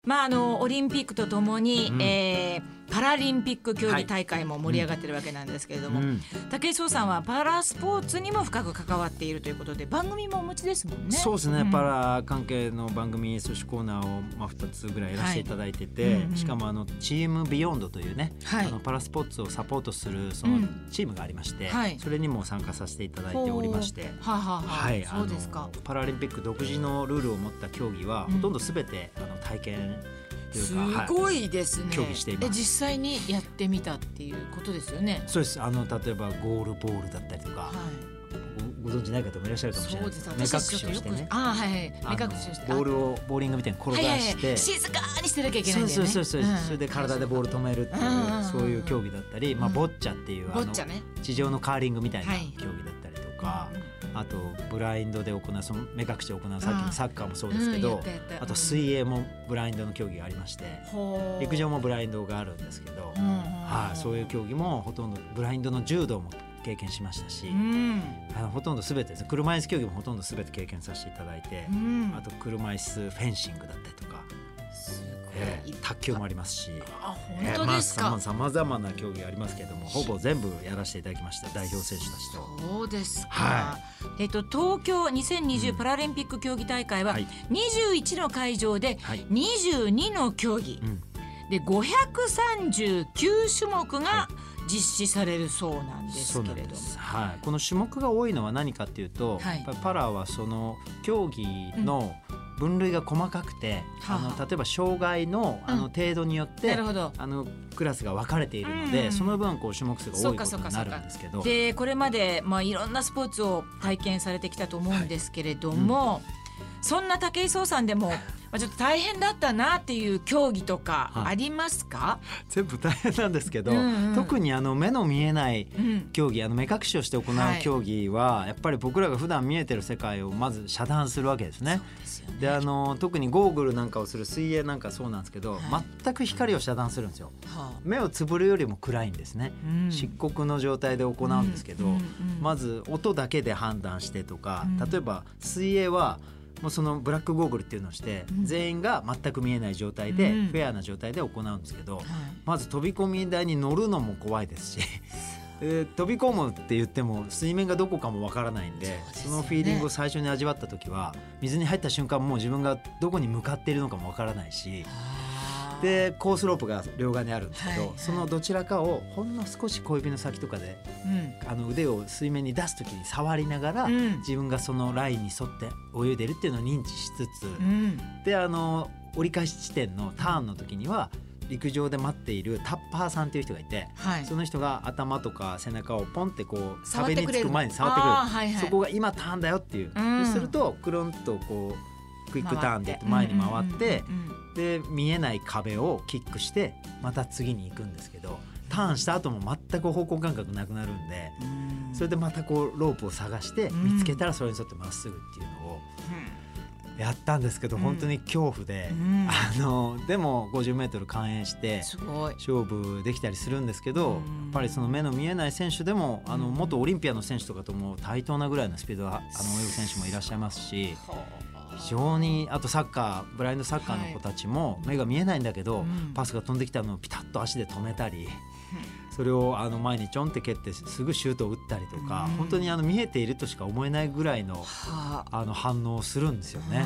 オリンピックとともに、パラリンピック競技大会も盛り上がってるわけなんですけれども、武井壮さんはパラスポーツにも深く関わっているということで番組もお持ちですもんね。 そうですね、パラ関係の番組そしてコーナーを2つぐらいやらせていただいてて、しかもチームビヨンドというね、パラスポーツをサポートするそのチームがありまして、それにも参加させていただいておりまして、 そうですか。 パラリンピック独自のルールを持った競技はほとんど全て体験すごいですね。 競技しています。 実際にやってみたっていうことですよね。 そうです。例えばゴールボールだったりとか、ご存知ない方もいらっしゃるかもしれないです。目隠しをしてね、 目隠しをしてボールをボーリングみたいに転がして、 静かにしてなきゃいけないんだよね。 そうそれで体でボール止めるっていうそういう競技だったり、ボッチャっていう地上のカーリングみたいな競技だったりとか、あとブラインドで行うその目隠しで行うさっきのサッカーもそうですけど、あと水泳もブラインドの競技がありまして、陸上もブラインドがあるんですけど、そういう競技もほとんどブラインドの柔道も経験しましたし、ほとんど全てです。車椅子競技もほとんど全て経験させていただいて、あと車椅子フェンシングだったりとか、卓球もありますし、 本当ですか。 さまざまな競技ありますけれども、ほぼ全部やらせていただきました。代表選手たちと。 そうですか。東京2020パラリンピック競技大会は21の会場で22の競技で539種目が実施されるそうなんですけれども、 この種目が多いのは何かっていうと、パラはその競技の分類が細かくて、例えば障害の程度によってクラスが分かれているので、その分種目数が多いことになるんですけど、 でこれまでいろんなスポーツを体験されてきたと思うんですけれども、そんな武井壮さんでもちょっと大変だったなっていう競技とかありますか？ 全部大変なんですけど、特に目の見えない競技、目隠しをして行う競技はやっぱり僕らが普段見えてる世界をまず遮断するわけですね。で特にゴーグルなんかをする水泳なんかそうなんですけど、全く光を遮断するんですよ。目をつぶるよりも暗いんですね。漆黒の状態で行うんですけど、まず音だけで判断してとか、例えば水泳はもうそのブラックゴーグルっていうのをして、全員が全く見えない状態で、フェアな状態で行うんですけど、まず飛び込み台に乗るのも怖いですし飛び込むって言っても水面がどこかもわからないんで、そのフィーリングを最初に味わった時は水に入った瞬間もう自分がどこに向かっているのかもわからないし、でコースロープが両側にあるんですけど、そのどちらかをほんの少し小指の先とかで、腕を水面に出す時に触りながら、自分がそのラインに沿って泳いでるっていうのを認知しつつ、で折り返し地点のターンの時には陸上で待っているタッパーさんっていう人がいて、その人が頭とか背中をポンって壁につく前に触ってくれる、そこが今ターンだよっていう、するとクロンとクイックターンで前に回って、で見えない壁をキックしてまた次に行くんですけど、ターンした後も全く方向感覚なくなるんで、それでまたロープを探して見つけたらそれに沿ってまっすぐっていうのをやったんですけど、本当に恐怖で、でも 50m 完泳して勝負できたりするんですけど、やっぱりその目の見えない選手でも元オリンピアの選手とかとも対等なぐらいのスピードが泳ぐ選手もいらっしゃいますし、非常にあとサッカーブラインドサッカーの子たちも目が見えないんだけど、パスが飛んできたのをピタッと足で止めたり、それを前にちょんって蹴ってすぐシュートを打ったりとか、本当に見えているとしか思えないぐらいの反応をするんですよね。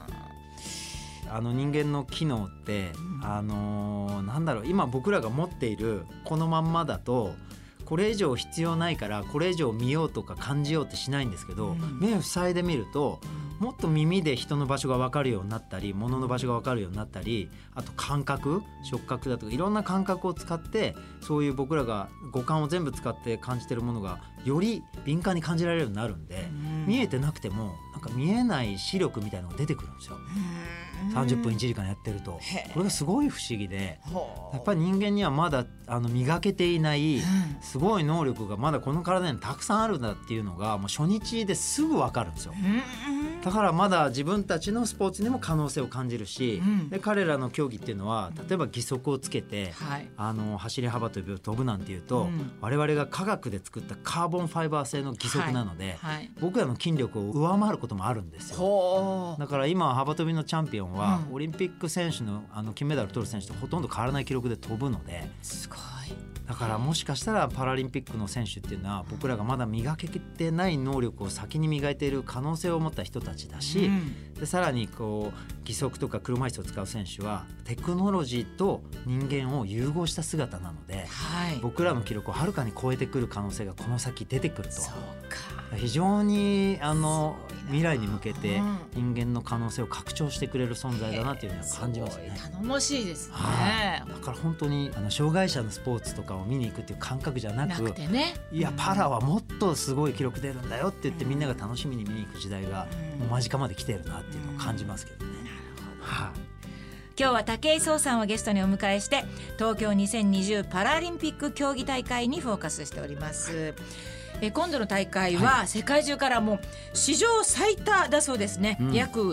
人間の機能ってなんだろう、今僕らが持っているこのまんまだとこれ以上必要ないからこれ以上見ようとか感じようってしないんですけど、目を塞いでみるともっと耳で人の場所が分かるようになったり、物の場所が分かるようになったり、あと感覚、触覚だとかいろんな感覚を使って、そういう僕らが五感を全部使って感じてるものがより敏感に感じられるようになるんで、見えてなくてもなんか見えない視力みたいなのが出てくるんですよ。30分1時間やってるとこれがすごい不思議で、やっぱり人間にはまだ磨けていないすごい能力がまだこの体にたくさんあるんだっていうのがもう初日ですぐ分かるんですよ。 だからまだ自分たちのスポーツにも可能性を感じるし、で彼らの競技っていうのは例えば義足をつけて、走り幅跳びを飛ぶなんていうと、我々が科学で作ったカーボンファイバー製の義足なので、僕らの筋力を上回ることもあるんですよ。だから今幅跳びのチャンピオンは、オリンピック選手の金メダルを取る選手とほとんど変わらない記録で飛ぶので、 すごい。 だからもしかしたらパラリンピックの選手っていうのは僕らがまだ磨けてない能力を先に磨いている可能性を持った人たちだし、でさらにこう義足とか車椅子を使う選手はテクノロジーと人間を融合した姿なので、僕らの記録をはるかに超えてくる可能性がこの先出てくると。非常に未来に向けて人間の可能性を拡張してくれる存在だなというのは感じますね。 頼もしいですね。 だから本当に障害者のスポーツとかを見に行くっていう感覚じゃなくてね、 いやパラはもっとすごい記録出るんだよって言ってみんなが楽しみに見に行く時代がもう間近まで来てるなっていうのを感じますけどね。 今日は武井壮さんをゲストにお迎えして東京2020パラリンピック競技大会にフォーカスしております。今度の大会は世界中からも史上最多だそうですね、約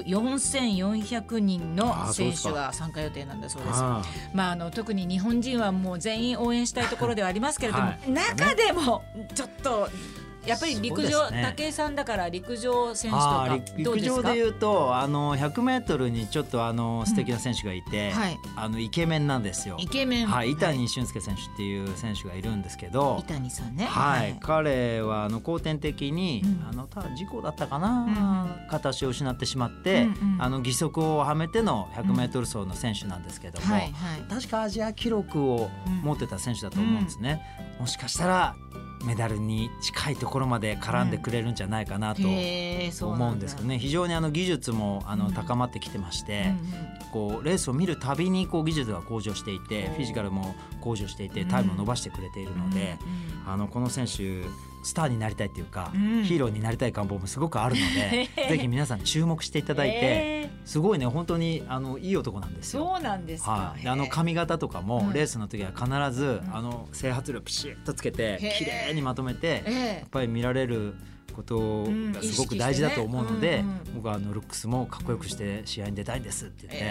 4400人の選手が参加予定なんだそうです。特に日本人はもう全員応援したいところではありますけれども、中でもちょっとやっぱり陸上、武井さんだから陸上選手とかどうですか？ 陸上でいうと100メートルにちょっと素敵な選手がいて、イケメンなんですよ。 イケメン、 伊谷俊介選手っていう選手がいるんですけど、 伊谷さんね、 彼は後天的に、事故だったかな、片足を失ってしまって、義足をはめての100メートル走の選手なんですけども、確かアジア記録を持ってた選手だと思うんですね。もしかしたらメダルに近いところまで絡んでくれるんじゃないかなと思うんですけどね。非常に技術も高まってきてまして、こうレースを見るたびに技術が向上していて、フィジカルも向上していてタイムを伸ばしてくれているので、この選手スターになりたいっていうか、ヒーローになりたい願望もすごくあるのでぜひ皆さん注目していただいて、すごいね本当にいい男なんですよ。 そうなんですか。 髪型とかもレースの時は必ず整髪料ピシッとつけて綺麗にまとめて、やっぱり見られることがすごく大事だと思うので、僕はルックスもかっこよくして試合に出たいんですって言って、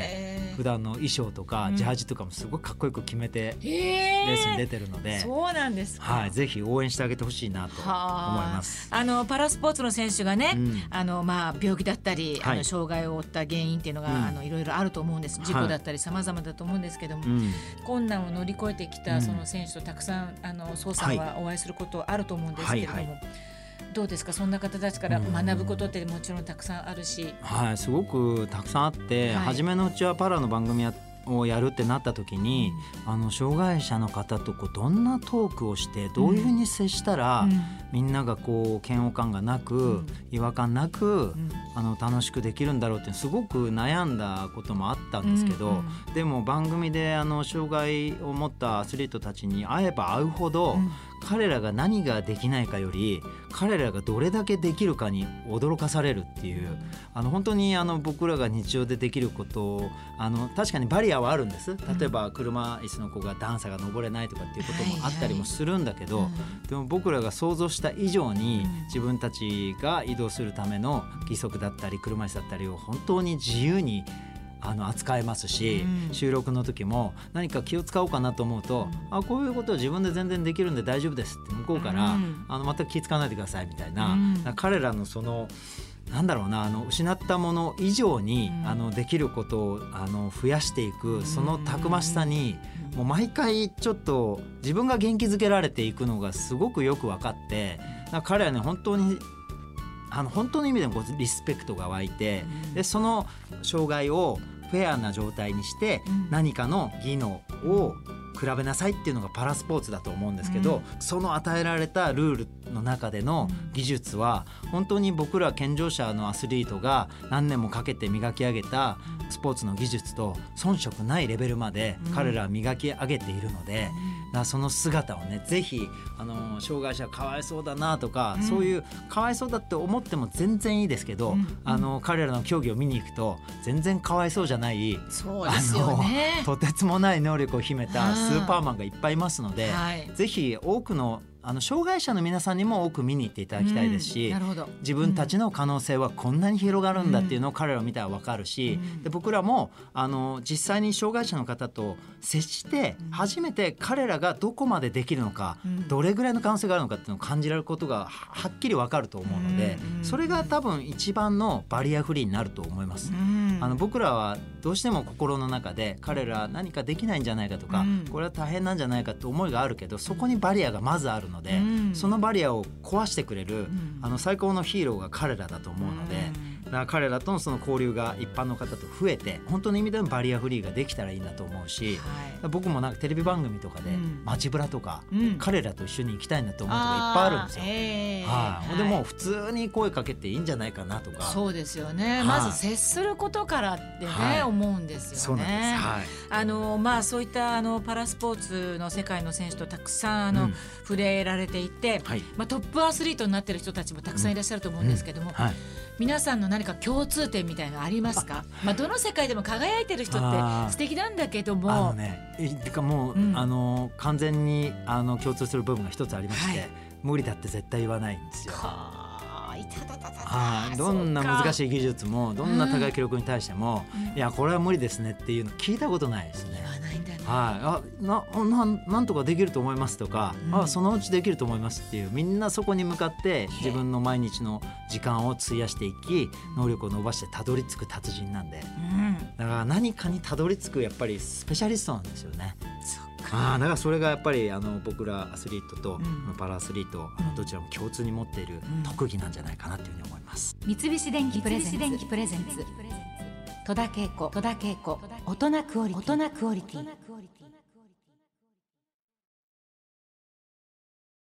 普段の衣装とかジャージとかもすごくかっこよく決めてレースに出てるので、 そうなんですか。 ぜひ応援してあげてほしいなと思います。 パラスポーツの選手がね、病気だったり障害を負った原因っていうのがいろいろあると思うんです。事故だったり様々だと思うんですけども、困難を乗り越えてきたその選手とたくさん壮さんはお会いすることあると思うんですけれども、どうですか？そんな方たちから学ぶことってもちろんたくさんあるし、 すごくたくさんあって、初めのうちはパラの番組をやるってなった時に、障害者の方とどんなトークをしてどういうふうに接したら、みんなが嫌悪感がなく、違和感なく、楽しくできるんだろうってすごく悩んだこともあったんですけど、でも番組で障害を持ったアスリートたちに会えば会うほど、彼らが何ができないかより彼らがどれだけできるかに驚かされるっていう、本当に僕らが日常でできることを確かにバリアはあるんです。例えば車椅子の子が段差が登れないとかっていうこともあったりもするんだけど、でも僕らが想像した以上に自分たちが移動するための義足だったり車椅子だったりを本当に自由に扱えますし、収録の時も何か気を使おうかなと思うと、こういうことを自分で全然できるんで大丈夫ですって向こうから、全く気使わないでくださいみたいな、彼らのそのなんだろうな、失ったもの以上にできることを増やしていく、そのたくましさにもう毎回ちょっと自分が元気づけられていくのがすごくよく分かって、彼はね本当に意味でもリスペクトが湧いて、でその障害をフェアな状態にして何かの技能を比べなさいっていうのがパラスポーツだと思うんですけど、その与えられたルールの中での技術は本当に僕ら健常者のアスリートが何年もかけて磨き上げたスポーツの技術と遜色ないレベルまで彼らは磨き上げているので、その姿をねぜひ障害者かわいそうだなとか、そういうかわいそうだって思っても全然いいですけど、彼らの競技を見に行くと全然かわいそうじゃない、 そうですよね、 とてつもない能力を秘めたスーパーマンがいっぱいいますので、ぜひ多くの障害者の皆さんにも多く見に行っていただきたいですし、 なるほど。 自分たちの可能性はこんなに広がるんだっていうのを彼らを見たら分かるし、で僕らも実際に障害者の方と接して初めて彼らがどこまでできるのか、どれぐらいの可能性があるのかっていうのを感じられることがはっきり分かると思うので、それが多分一番のバリアフリーになると思います。僕らはどうしても心の中で彼ら何かできないんじゃないかとか、これは大変なんじゃないかって思いがあるけど、そこにバリアがまずあるので、そのバリアを壊してくれる最高のヒーローが彼らだと思うので、だから彼らとのその交流が一般の方と増えて本当の意味でのバリアフリーができたらいいなと思うし、僕もなんかテレビ番組とかで街ブラとか、彼らと一緒に行きたいなと思うことがいっぱいあるんですよ。でも普通に声かけていいんじゃないかなとか。 そうですよね、まず接することからってね、思うんですよね。そういったパラスポーツの世界の選手とたくさん触れられていて、トップアスリートになっている人たちもたくさんいらっしゃると思うんですけども、皆さんの何か共通点みたいなのありますか？どの世界でも輝いてる人って素敵なんだけども、 もう完全に共通する部分が一つありまして、無理だって絶対言わないんですよ。どんな難しい技術もどんな高い記録に対しても、いやこれは無理ですねっていうの聞いたことないですね。なんとかできると思いますとか、そのうちできると思いますっていう、みんなそこに向かって自分の毎日の時間を費やしていき、能力を伸ばしてたどり着く達人なんで、だから何かにたどり着くやっぱりスペシャリストなんですよね。だからそれがやっぱり僕らアスリートとパラアスリート、どちらも共通に持っている特技なんじゃないかなというふうに思います。 三菱電機プレゼンツ戸田恵子大人クオリティ。